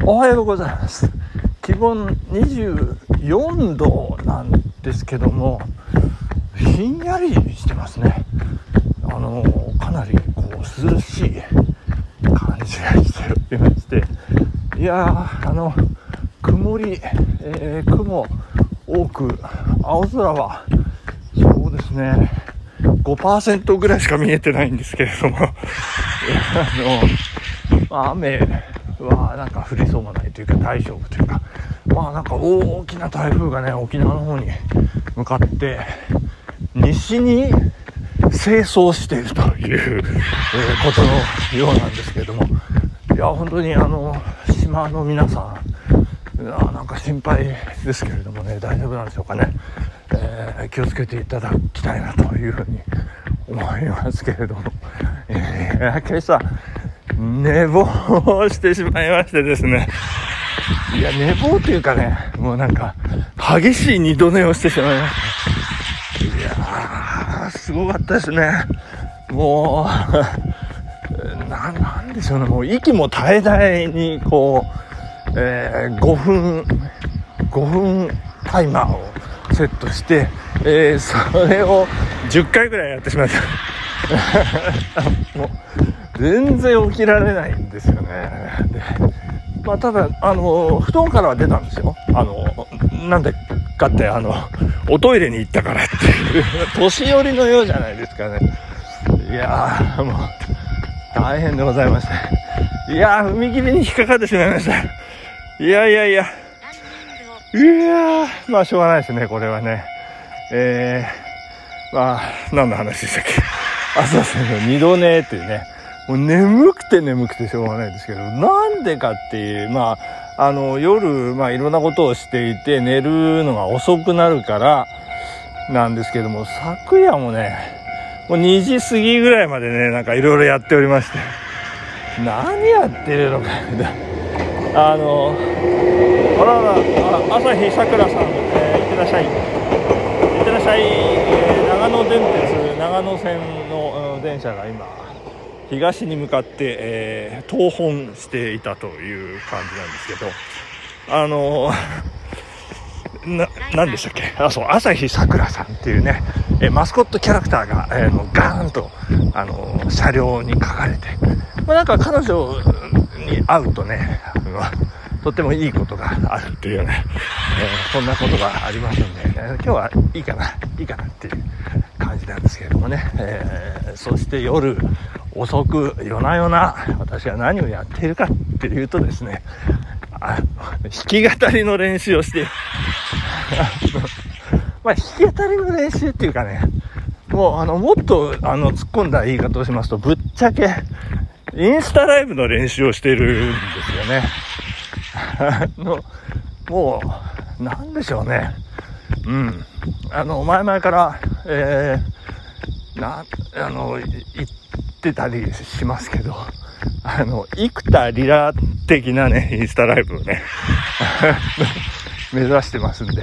おはようございます。気温24度なんですけども、ひんやりしてますね。かなり涼しい感じがしておりまして、いや曇り、雲多く、青空はそうですね 5% ぐらいしか見えてないんですけれども雨はなんか降りそうもないというか大丈夫というか、なんか大きな台風がね沖縄の方に向かって西に清掃しているという、ことのようなんですけれども、いや本当に島の皆さんなんか心配ですけれどもね、大丈夫なんでしょうかね。気をつけていただきたいなというふうに思いますけれども、今朝寝坊してしまいましてですね、いや寝坊というかね、もうなんか激しい二度寝をしてしまいました。いやーすごかったですね。もうなんでしょうね、もう息も絶え絶えに5分タイマーをセットして、それを10回ぐらいやってしまったもう全然起きられないんですよね。でただ布団からは出たんですよ。なんでかっておトイレに行ったからっていう年寄りのようじゃないですかね。いやーもう大変でございました。いやー踏切に引っかかってしまいました。いやしょうがないですねこれはね。何の話でしたっけ。そうですね、二度寝っていうね、もう眠くてしょうがないですけど、なんでかっていう、夜いろんなことをしていて寝るのが遅くなるからなんですけども、昨夜もねもう2時過ぎぐらいまでねなんかいろいろやっておりまして、何やってるのかみたいな。朝日さくらさん、いってらっしゃい、長野電鉄長野線の電車が今東に向かって、東奔していたという感じなんですけど、何でしたっけ。そう朝日さくらさんっていうね、マスコットキャラクターが、ガーンと車両に書かれて、なんか彼女に会うとねとってもいいことがあるっていうね、そんなことがありますので、今日はいいかなっていう感じなんですけれどもね、そして夜遅く夜な夜な私は何をやっているかっていうとですね、弾き語りの練習をして弾き語りの練習っていうかね、もっと突っ込んだ言い方をしますと、ぶっちゃけインスタライブの練習をしているんですよね。もうなんでしょうね、前々から言ってたりしますけど、生田リラ的なねインスタライブをね目指してますんで、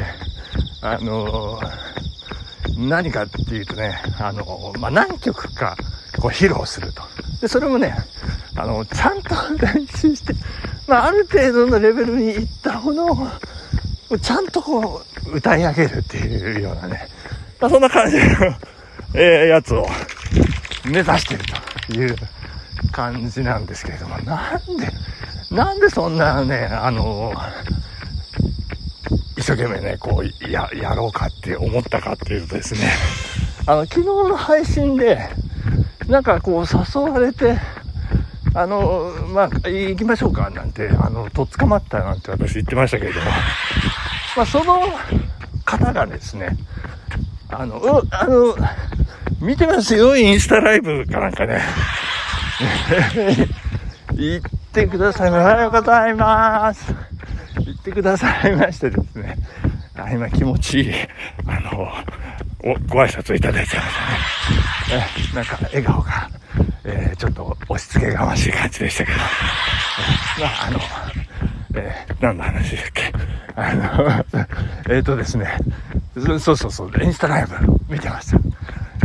何かっていうとね、何曲か披露すると。でそれもねちゃんと練習して、ある程度のレベルにいったものをちゃんと歌い上げるっていうようなね、そんな感じの、やつを目指しているという感じなんですけれども、なんでそんなね一生懸命ねやろうかって思ったかっていうとですね、昨日の配信でなんか誘われて行きましょうかなんてとっ捕まったなんて私言ってましたけれども、その方がですね見てますよインスタライブかなんかね言ってくださいました。おはようございます言ってくださいましてですね、今気持ちいいご挨拶をいただいちゃいましたね。なんか笑顔がちょっと押し付けがましい感じでしたけど、何の話でしたっけ。ですね、そうインスタライブ見てました。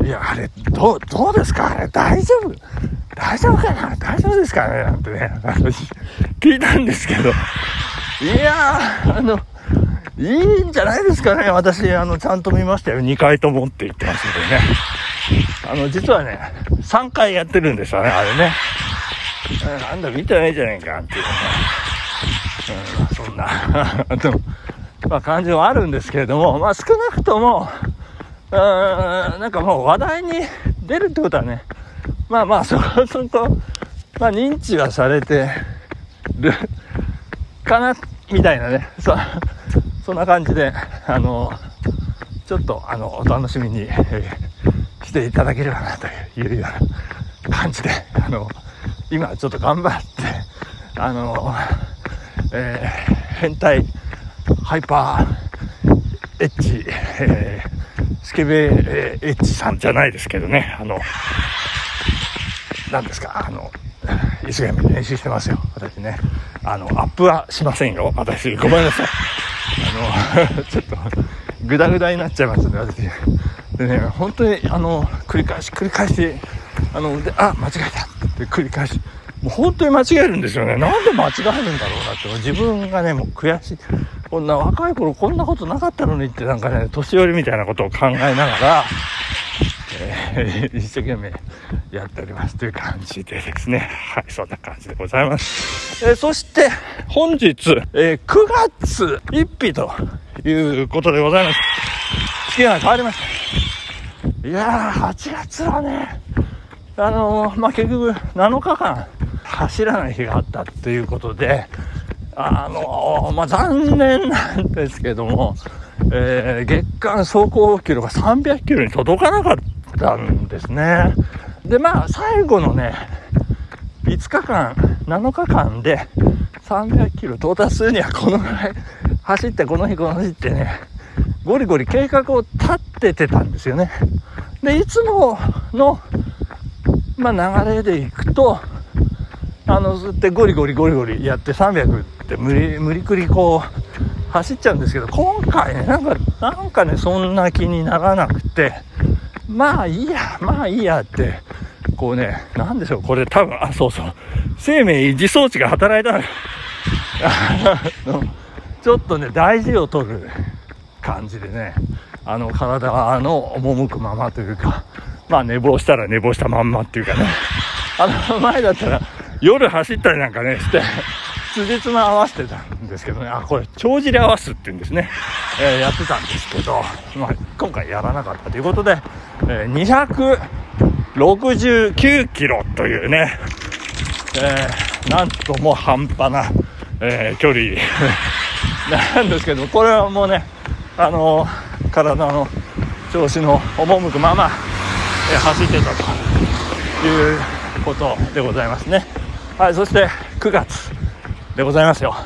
いやあれどうですか、あれ大丈夫かな、大丈夫ですかねなんてね聞いたんですけど、いやー、いいんじゃないですかね。私、ちゃんと見ましたよ。2回ともって言ってますけどね。実はね、3回やってるんですよね、あれね。なんだ、見てないじゃないかっていうね。そんな、でも、感じはあるんですけれども、少なくとも、なんかもう話題に出るってことはね、そこそこ、認知はされてるかな、みたいなね、そんな感じで、ちょっと、お楽しみに、していただければな、というような感じで、今ちょっと頑張って、変態、ハイパー、エッチ、スケベ、エッチさんじゃないですけどね、何ですか、一生懸命練習してますよ、私ね。アップはしませんよ、私。ごめんなさい。ちょっと、グダグダになっちゃいますね、私。でね、本当に、繰り返し、間違えたって繰り返し、もう本当に間違えるんですよね。なんで間違えるんだろうなって、自分がね、もう悔しい。こんな若い頃こんなことなかったのにって、なんかね、年寄りみたいなことを考えながら、一生懸命やっておりますという感じでですね。はい、そんな感じでございます。そして本日、9月1日ということでございます。月が変わりました。いやー、8月はね、結局7日間走らない日があったっていうことで、残念なんですけども、月間走行キロが300キロに届かなかったんですね。で、最後のね、5日間、7日間で300キロ到達するにはこのぐらい走って、この日ってね、ゴリゴリ計画を立ててたんですよね。で、いつもの、流れでいくと、そうやってゴリゴリやって300って無理くりこう走っちゃうんですけど、今回ね、なんかね、そんな気にならなくて、いいやって、こうね、なんでしょう、これ多分、生命維持装置が働いたのちょっとね、大事を取る感じでね、体の赴くままというか、寝坊したら寝坊したまんまっていうかね、前だったら夜走ったりなんかねして辻褄合わせてたんですけどね、これ帳尻合わすって言うんですね、やってたんですけど、今回やらなかったということで、269キロというね、なんとも半端な、距離なんですけど、これはもうね、体の調子の赴くまま、走ってたということでございますね。はい、そして9月でございますよ。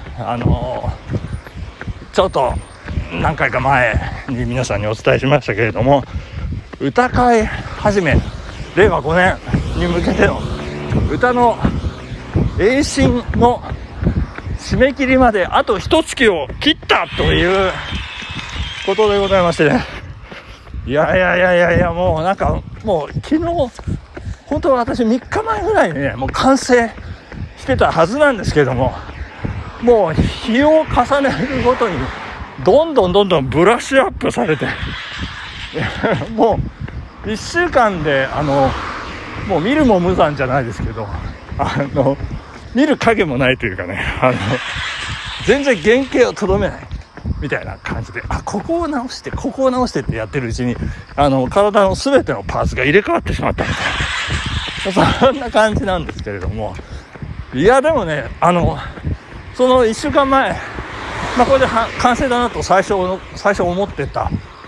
ちょっと何回か前に皆さんにお伝えしましたけれども、歌会始め令和5年に向けての歌の永新の締め切りまであと1月を切ったということでございましてね。いや、もうもう昨日本当は私3日前ぐらいにね、もう完成してたはずなんですけども、もう日を重ねるごとにどんどんブラッシュアップされてもう1週間でもう見るも無残じゃないですけど、見る影もないというかね、全然原型をとどめないみたいな感じで、ここを直してってやってるうちに体の全てのパーツが入れ替わってしまったみたいなそんな感じなんですけれども、いやでもね、その1週間前、これで完成だなと最初思ってた、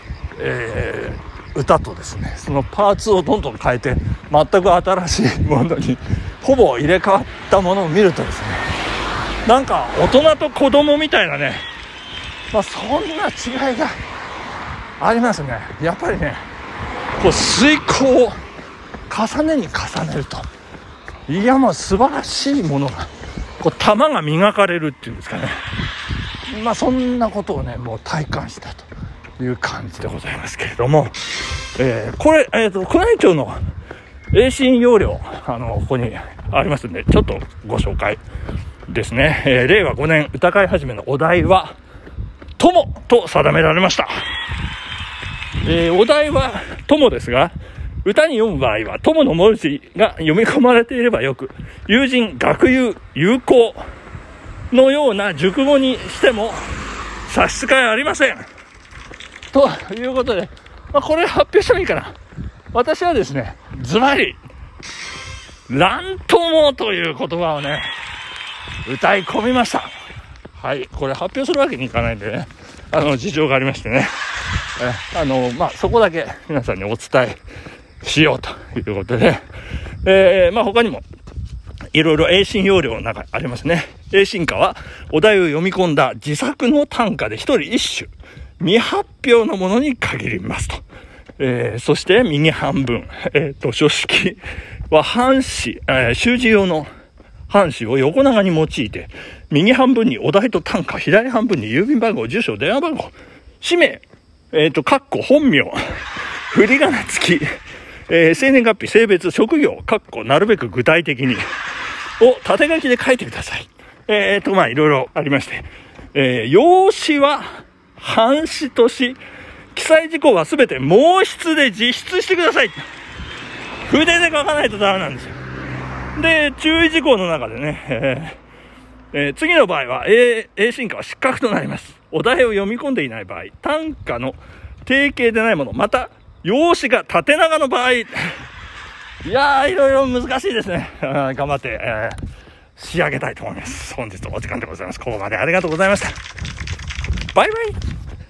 歌とですね、そのパーツをどんどん変えて全く新しいものにほぼ入れ替わったものを見るとですね、なんか大人と子供みたいなね、そんな違いがありますね。やっぱりね、こう遂行を重ねに重ねると、いやもう素晴らしいものがこう玉が磨かれるっていうんですかね、そんなことをねもう体感したという感じでございますけれども、これ宮内庁の永新要領ここにありますんで、ちょっとご紹介ですね、令和5年歌会始めのお題は友と定められました。お題は友ですが、歌に読む場合は友の文字が読み込まれていればよく、友人、学友、友好のような熟語にしても差し支えありません。ということで、これ発表してもいいかな。私はですね、ズバリ乱友という言葉をね、歌い込みました。はい、これ発表するわけにいかないんでね、事情がありましてね、そこだけ皆さんにお伝えしようということで、他にもいろいろ英進要領の中ありますね。英進歌はお題を読み込んだ自作の短歌で一人一首未発表のものに限りますと。そして右半分、書式は半紙、習字用の半紙を横長に用いて、右半分にお題と短歌、左半分に郵便番号、住所、電話番号、氏名、かっこ本名、振り仮名付き、生年月日、性別、職業、かっこなるべく具体的にを縦書きで書いてください。いろいろありまして、用紙は半紙とし、記載事項はすべて毛筆で自筆してください。筆で書かないとダメなんですよ。で、注意事項の中でね、次の場合は英進歌は失格となります。お題を読み込んでいない場合、短歌の定型でないもの、また用紙が縦長の場合、いやー、いろいろ難しいですね。頑張って、仕上げたいと思います。本日お時間でございます。ここまでありがとうございました。バイバイ。